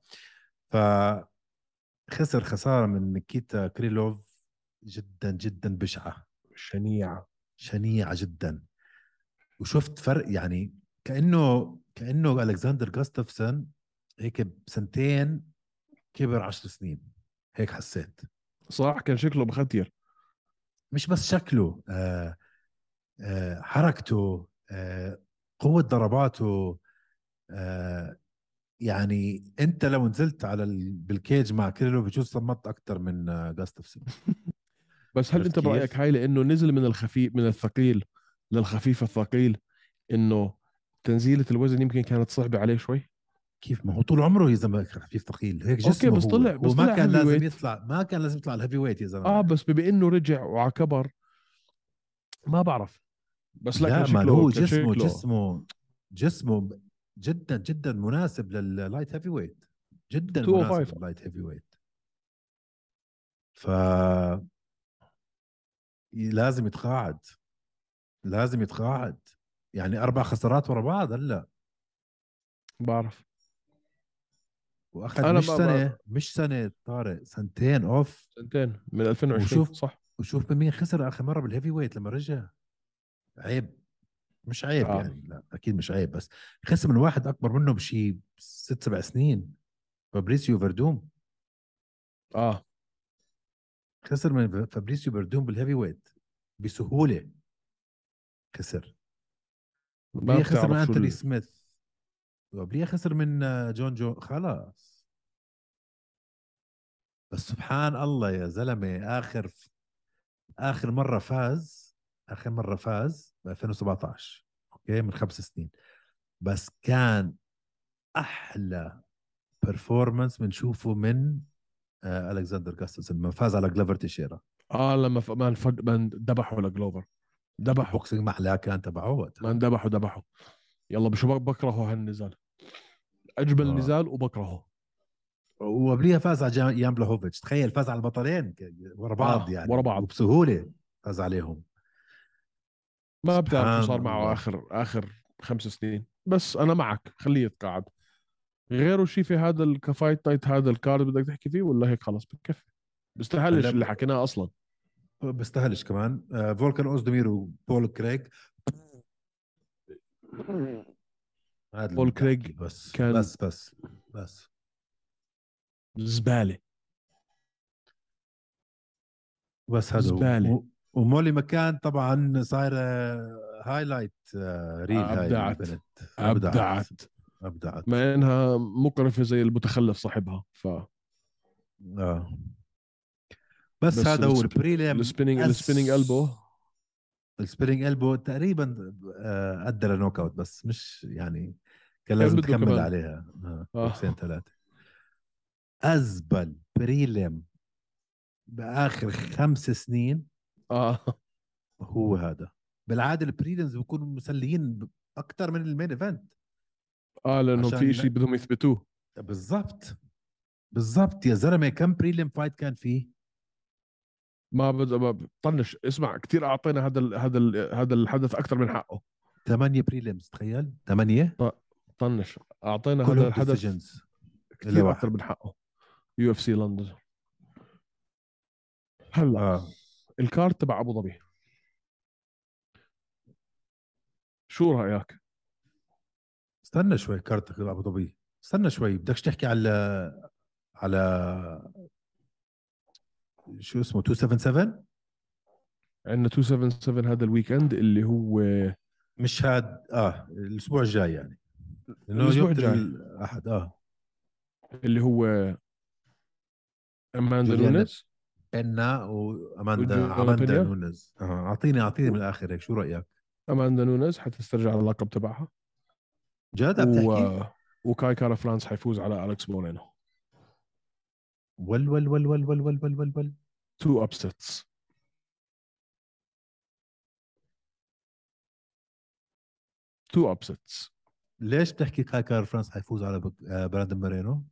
فخسر خسارة من نيكيتا كريلوف جدا جدا بشعة، شنيعه. شنيعة جدا. وشفت فرق يعني كأنه ألكسندر جاستفسون هيك بسنتين كبر 10 سنين، هيك حسيت. صراحه كان شكله بختير. مش بس شكله، حركته، قوة ضرباته. يعني انت لو نزلت على بالكيج مع كيرلو بجوز صمت اكثر من جاستفسون. بس هل عرفت انت برايك كيف؟ هاي لانه نزل من الخفيف من الثقيل للخفيف الثقيل، انه تنزيله الوزن يمكن كانت صعبه عليه شوي؟ كيف ما هو طول عمره يا زلمه خفيف ثقيل هيك اوكي جسمه. بس هو طلع هو بس ما طلع كان هيفي لازم ويت. يطلع، ما كان لازم يطلع الهيفي ويت يا زلمه. بس بما انه رجع وعكبر ما بعرف، بس لا كان لا ما شكله هو كان جسمه شكله جسمه جدا جدا مناسب لللايت هيفي ويت، جدا مناسب 205. لللايت هيفي ويت. ف لازم يتقاعد، لازم يتقاعد. يعني 4 خسارات ورا بعض هلا، بعرف. واخذ انا مش سنه طارق، سنتين اوف. سنتين من 2020 وشوف صح. وشوف من مين خسر اخر مره بالهيفي ويت لما رجع. عيب، مش عيب اه يعني، لا اكيد مش عيب، بس خسر من واحد اكبر منه بشي 6 7 سنين، فابريسيو فردوم. اه خسر من فابريسيو فردوم بالهيفي ويت بسهوله، خسر. ما وقبليه خسر من بتعرف شو انتوني سميث، وقبليه خسر من جون خلاص. بس سبحان الله يا زلمه، اخر مره فاز، اخر مره فاز ب 2017، اوكي من 5 سنين. بس كان احلى performance بنشوفه من الكسندر جاستسون لما فاز على جلافر تيشيرا. اه لما ما ذبحوا لجلوفر، ذبحوا. البوكسينج محلاه كان تبعه ما وقتها. ذبحوا. يلا بشو بكرهه هالنزال، اجمل اه نزال وبكرهه. وقبليها فاز على يان بلاهوفيتش، تخيل فاز على البطلين ورا بعض اه ورا يعني بعض. وبسهوله فاز عليهم. ما بتعرف شو سبحان صار معه الله. اخر 5 سنين. بس انا معك خليه يتقاعد. غيره شيء في هذا الكفايت نايت، هذا الكارد بدك تحكي فيه ولا هيك خلص بتكفي؟ هلا بيستاهلش اللي حكيناه اصلا. بيستاهلش كمان. فولكان اوزدمير وبول كريغ، هذا اللي بول بدي كريغ احكيه. بس كان بس بس بس زباله. بس هذا هو. زباله. ومولي مكان طبعا صايره هايلايت ريل. هاي ابدعت. البنت ابدعت. ابدعت. ابدعت. مع انها مقرفه زي المتخلف صاحبها اه بس بس هذا هو البريليم السبيننج البو. السبرينج البو تقريبا ادى لنوك اوت، بس مش يعني كان كان لازم بده تكمل كمان. عليها بوكسين اه 3. ازبل بريليم باخر 5 سنين اه هو هذا. بالعاده البريليمز بيكونوا مسليين اكثر من المين ايفنت. اه لانهم في شيء عشان بدهم يثبتوه. بالضبط، بالضبط يا زلمه، كم بريليم فايت كان فيه؟ ما بطنش اسمع، كثير اعطينا هذا الحدث اكثر من حقه. 8 بريليمز، تخيل 8 طنش، اعطينا هذا كلهم الحدث ديسيجنز الا كثير اكثر واحد. من حقه. يو اف سي لندن. هلا اه الكارت تبع ابو ظبي، شو رايك؟ استنى شوي، كارتك ابو ظبي، استنى شوي، بدكش تحكي على شو اسمه 277؟ عندنا 277 هذا الويكند اللي هو مش هاد الاسبوع الجاي يعني، لانه الاسبوع يوم الجاي، الاحد اللي هو اماندا جوليانا نونيز بينا واماندا وجونا اماندا بينيا. نونز. اعطيني من الاخر هيك، شو رايك؟ اماندا نونيز حتسترجع اللقب تبعها، جد عم و... تحكي؟ وكاي كارا فرانس حيفوز على اليكس مورينو. ول ول ول ول ول ول ول ول ول. تو ابسيتس. تو ابسيتس. ليش تحكي كاي فرانس حيفوز على براندن مارينو؟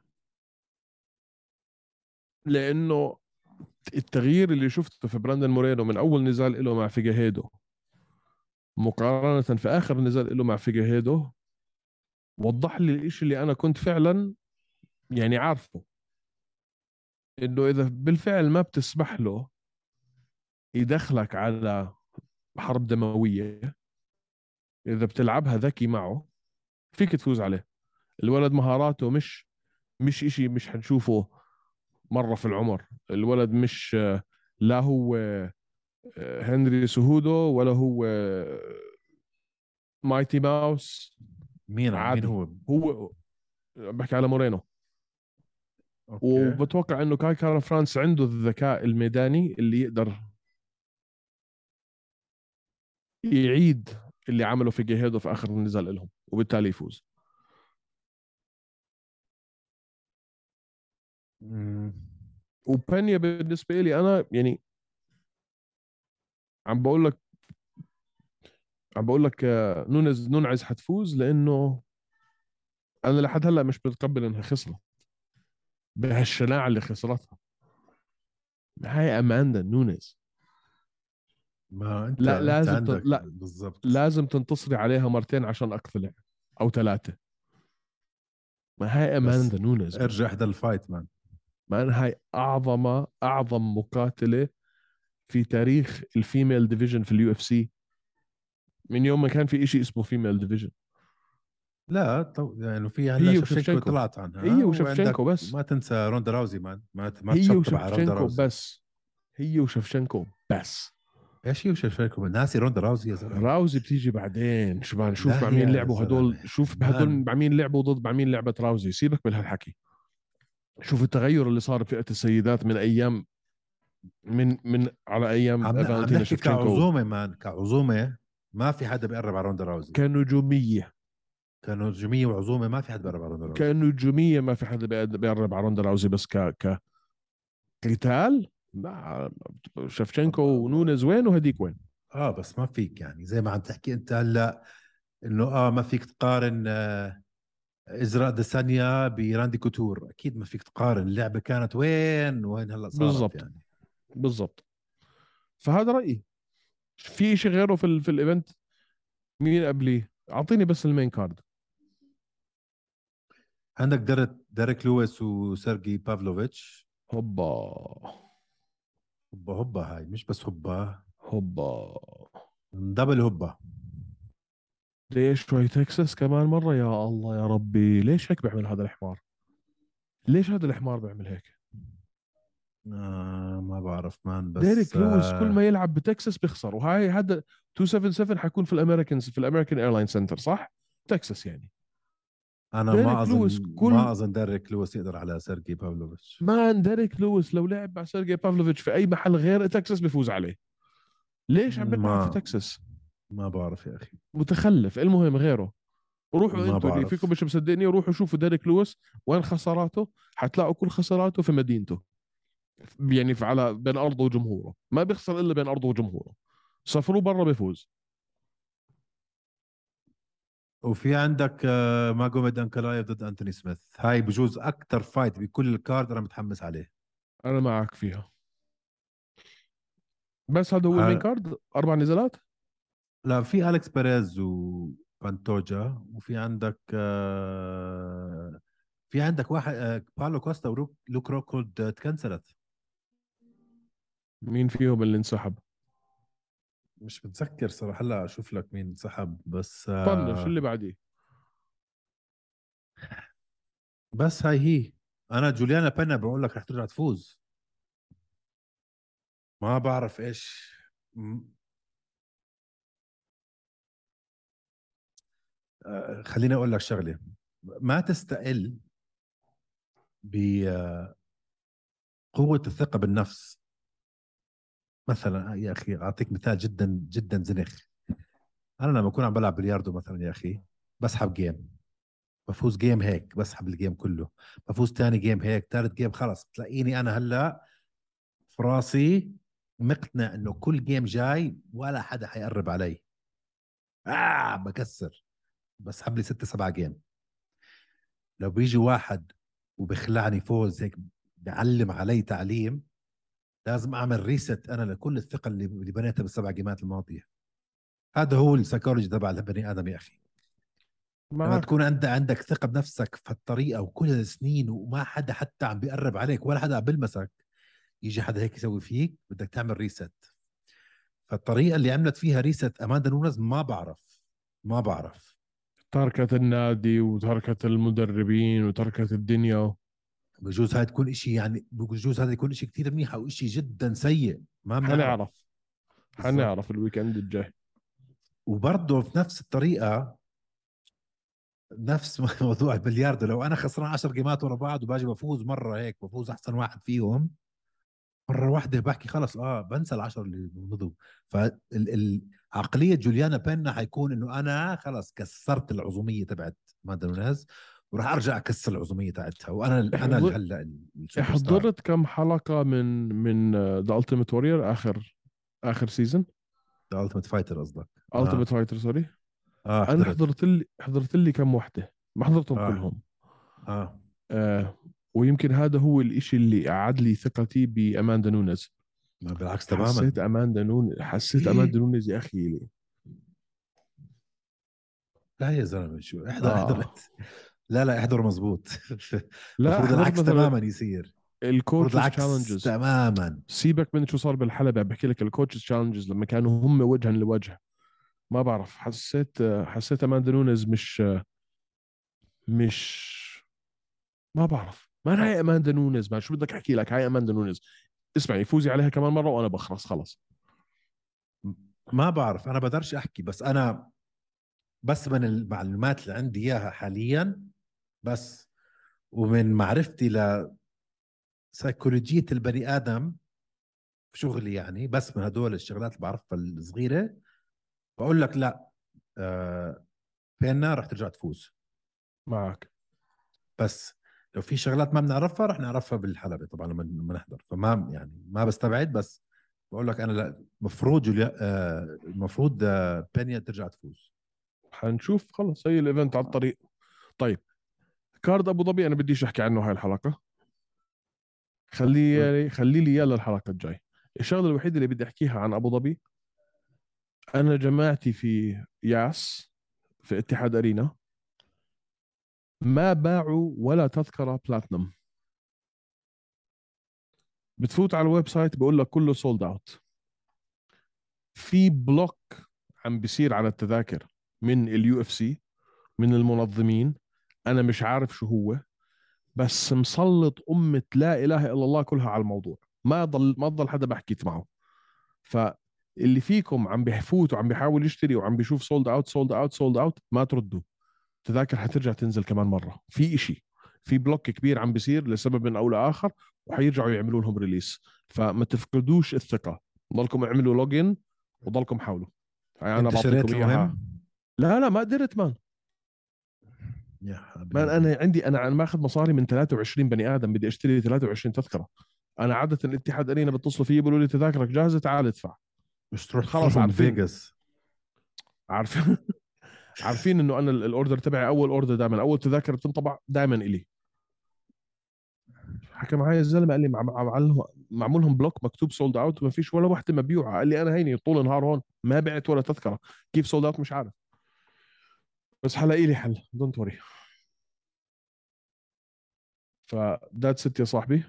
لانه التغيير اللي شفته في براندن مورينو من اول نزال له مع فيجاهيدو مقارنة في اخر نزال له مع فيجاهيدو وضح لي الاشي اللي انا كنت فعلا يعني عارفه، انه اذا بالفعل ما بتسمح له يدخلك على حرب دموية، اذا بتلعبها ذكي معه فيك تفوز عليه. الولد مهاراته مش اشي مش حنشوفه مرة في العمر. الولد مش لا هو هنري سهودو ولا هو مايتي ماوس. مين عادي. هو؟ هو بحكي على مورينو. اوكي. وبتوقع انه كاي كارا فرانس عنده الذكاء الميداني اللي يقدر يعيد اللي عمله في جيهيدو في اخر النزال لهم وبالتالي يفوز. مم. وبانيا بالنسبه لي انا يعني عم بقول لك عم بقول لك نونز حتفوز لانه انا لحد هلا مش متقبل انها خسرت بهالشناعه اللي خسرتها. هاي اماندا نونز. ما انت لا انت لازم عندك لا بالضبط. لازم تنتصري عليها مرتين عشان اقتنع، او ثلاثه. ما هاي بس اماندا نونز مان. ارجع احضر الفايت مان. مان هاي اعظم مقاتله في تاريخ الفيميل ديفيجن في اليو اف سي من يوم ما كان في إشي اسمه فيميل ديفيجن. لا يعني في هلا هي شفشنكو وشفشنكو. طلعت عنها، هي وشفشنكو وعندك بس. ما تنسى روندا راوزي مان، ما هي تشطب على روندا وشفشنكو راوزي. بس. هي وشفشنكو بس. ايش هي شفشنكو؟ ناسي روندا راوزي يا زلمه. راوزي بتيجي بعدين. شو بقى نشوف لا مع مين يا لعبوا هدول، زلمه شوف هدول مان. مع مين لعبوا ضد مع مين لعبت راوزي. سيبك من هالحكي. شوف التغير اللي صار بفئة السيدات من ايام من على ايام عم فالنتينا نحكي شفشنكو. كعزومه مان، كعزومه ما في حدا بيقرب على روندا راوزي. كنجومية. كنجوميه وعزومه ما في حدا بيقرب على روندا راوزي. كنجومية ما في حدا بيقرب على روندا راوزي، بس كقتال لا. شفشنكو ونونز وين وهديك وين. بس ما فيك يعني زي ما عم تحكي انت هلا، انه ما فيك تقارن إزراء ديسانيا براندي كوتور، اكيد ما فيك تقارن. اللعبه كانت وين هلا صارت بالضبط. يعني. بالضبط. فهذا رأيي. في شيء غيره في الايفنت؟ مين قبليه؟ اعطيني بس المين كارد. عندك ديريك لويس وسيرجي بافلوفيتش. هوبا. هوبا هوبا، هاي مش بس هوبا، هوبا. دبل هوبا. ليش شوي تكساس كمان مرة؟ يا الله يا ربي، ليش هيك بيعمل هذا الحمار؟ ليش هذا الحمار بيعمل هيك؟ ما بعرف مان، بس ديريك لويس كل ما يلعب بتكساس بيخسر. وهاي هذا 277 حيكون في الامريكان ايرلاين سنتر صح؟ تكساس يعني. انا ديريك لويس ما اظن ديريك لويس يقدر على سيرجي بافلوفيتش. مان ديريك لويس لو لعب مع سيرجي بافلوفيتش في اي محل غير تكساس بيفوز عليه. ليش عم بلعب في ما تكساس؟ ما بعرف يا اخي. متخلف. المهم غيره. روحوا ما انتوا اللي فيكم بعرف. مش مصدقني، روحوا شوفوا ديريك لويس وين خساراته. حتلاقوا كل خساراته في مدينته، يعني في على بين ارضه وجمهوره، ما بيخسر الا بين ارضه وجمهوره. صفروه برا بيفوز. وفي عندك ماجوميد انكلايف ضد انتوني سميث، هاي بجوز اكثر فايت بكل الكارد انا متحمس عليه. انا معك فيها. بس هذا هو المين ها... كارد، 4 نزالات. لا، في اليكس بيريز وبانتوجا، وفي عندك في عندك واحد باولو كوستا ولوك روكولد تكنسلت. مين فيهم اللي انسحب؟ مش متذكر صراحة، هلا اشوف لك مين سحب. بس طنش اللي بعديه. بس هاي هي. انا جوليانا بينا بقول لك رح ترجع تفوز. ما بعرف ايش. م- خليني اقول لك شغله. ما تستقل بقوه الثقه بالنفس. مثلا يا اخي اعطيك مثال جدا جدا زنخ. انا لما اكون عم بلعب بلياردو مثلا يا اخي، بسحب جيم، بفوز جيم هيك، بسحب الجيم كله، بفوز تاني جيم هيك، ثالث جيم خلص تلاقيني انا هلا في راسي مقتنع انه كل جيم جاي ولا حدا حيقرب علي. بكسر، بسحب لي 6 7 جيم. لو بيجي واحد وبخلعني فوز هيك، بيعلم علي تعليم، لازم اعمل ريست انا لكل الثقه اللي بنيتها بال7 جيمات الماضيه. هذا هو السايكولوجي تبع البني ادم يا اخي. لما معك. تكون عندك ثقه بنفسك في الطريقه وكل السنين وما حدا حتى عم بيقرب عليك ولا حدا عم بلمسك، يجي حدا هيك يسوي فيك، بدك تعمل ريست. فالطريقه اللي عملت فيها ريست اماندا نونز ما بعرف. تركت النادي وتركت المدربين وتركت الدنيا. بجوز هاي تكون إشي، يعني بجوز هذا يكون إشي كتير منيح او إشي جدا سيء، ما بنعرف. حنعرف. بالضبط. حنعرف الويكند الجاي. وبرضه في نفس الطريقه، نفس موضوع البلياردو، لو انا خسران 10 جيمات ورا بعض وباجي بفوز مره هيك، بفوز احسن واحد فيهم مره واحده، بحكي خلص بنسى ال10 اللي ضده. فعقليه جوليانا بينا حيكون انه انا خلص كسرت العظميه تبعت مادا نونيز، وراح ارجع اكسر العظميه تاعتها، وانا اللي احضر هلا السوبر ستار. حضرت كم حلقة من ذا التيمت وورير اخر سيزون. ذا التيمت فايتر قصدك؟ التيمت فايتر سوري. انا حضرت. حضرت لي كم وحدة، ما حضرتهم اه كلهم. اه آه ويمكن هذا هو الاشي اللي اعاد لي ثقتي باماندا نونز. ما بالعكس تماما. حسيت اماندا نونز يا اخي لي. لا يا زلمه، شو احضر. اه لا لا، احضر مزبوط. لا، المفروض حضرت العكس مثلا تماما يصير. المفروض الكوتشز العكس تشالنجز. تماما. سيبك من شو صار بالحلبة، بحكي لك الكوتشز تشالنجز لما كانوا هم وجها لوجه. ما بعرف، حسيت اماندا نونز مش ما بعرف. ما هاي اماندا نونز، ما شو بدك احكي لك، هاي اماندا نونز. اسمعي، فوزي عليها كمان مره وانا بخرس خلص. ما بعرف، انا بقدرش احكي، بس انا بس من المعلومات اللي عندي اياها حاليا، بس ومن معرفتي لسيكولوجية البني ادم في شغلي، يعني بس من هدول الشغلات اللي بعرفها الصغيرة، بقول لك لا. آه بينا رح ترجع تفوز. معك. بس لو في شغلات ما بنعرفها رح نعرفها بالحلبة طبعا لما نحضر، فما يعني ما بستبعد، بس بقول لك انا لا، المفروض جوليا المفروض بينيا ترجع تفوز. حنشوف خلص، هي الايفنت على الطريق. طيب، كارد ابو ظبي انا بديش احكي عنه هاي الحلقه. خلي لي اياه للحلقه الجاي. الشغله الوحيده اللي بدي احكيها عن ابو ظبي، انا جماعتي في ياس في اتحاد ارينا ما باعوا ولا تذكره بلاتنم. بتفوت على الويب سايت بقول لك كله سولد اوت. في بلوك عم بيصير على التذاكر من اليو اف سي، من المنظمين. انا مش عارف شو هو، بس مسلط لا اله الا الله كلها على الموضوع. ما ضل حدا بحكيت معه. فاللي فيكم عم بيفوت وعم بيحاول يشتري وعم بيشوف سولد اوت سولد اوت سولد اوت، ما تردوا. تذاكر حترجع تنزل كمان مره في إشي، في بلوك كبير عم بيصير لسبب او لاخر، وحيرجعوا يعملوا لهم ريليس. فما تفقدوش الثقه، ضلكم اعملوا لوجن وضلكم حاولوا. يعني انا انت شريت بعطيكم اياها. المهم؟ لا لا ما قدرت مان. يا مان حبيبي. انا عندي، انا ماخذ مصاري من 23 بني ادم، بدي اشتري 23 تذكره. انا عاده الاتحاد ارينا بتصلوا فيي بيقولوا لي تذاكرك جاهزه تعال ادفع. مش تروح خلاص تصرفهم عارفين، بفيغاس؟ عارفين. عارفين انه انا الاوردر تبعي اول اوردر دائما، اول تذاكر بتنطبع دائما الي. حكى معي الزلمه قال لي معمول لهم بلوك مكتوب سولد اوت وما فيش ولا واحده مبيوعه. قال لي انا هيني طول النهار هون ما بعت ولا تذكره، كيف سولد اوت مش عارف. بس حلاقي لي حل، دونت وري. فدات ست يا صاحبي،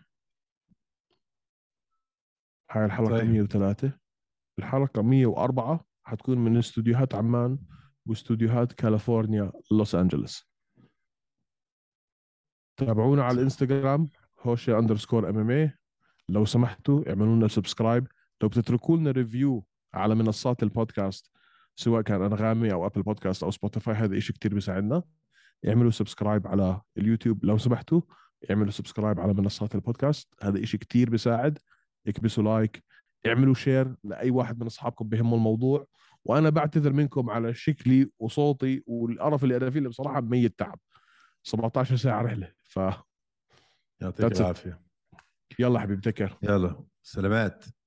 هاي الحلقه طيب 103. الحلقه 104 حتكون من استوديوهات عمان واستوديوهات كاليفورنيا لوس انجلوس. تابعونا على الانستغرام هوشي اندرسكور ام ام اي. لو سمحتوا اعملوا لنا سبسكرايب. لو بتتركوا لنا ريفيو على منصات البودكاست سواء كان انغامي او ابل بودكاست او سبوتيفاي، هذا إشي كتير بيساعدنا. اعملوا سبسكرايب على اليوتيوب لو سمحتوا. اعملوا سبسكرايب على منصات البودكاست، هذا إشي كتير بيساعد. اكبسوا لايك، اعملوا شير لأي واحد من أصحابكم بهمه الموضوع. وأنا بعتذر منكم على شكلي وصوتي والقرف اللي أنا فيه، اللي بصراحة ميت تعب. 17 ساعة رحلة يعطيك that's it. العافيه. يلا حبيبي تكر. يلا سلامات.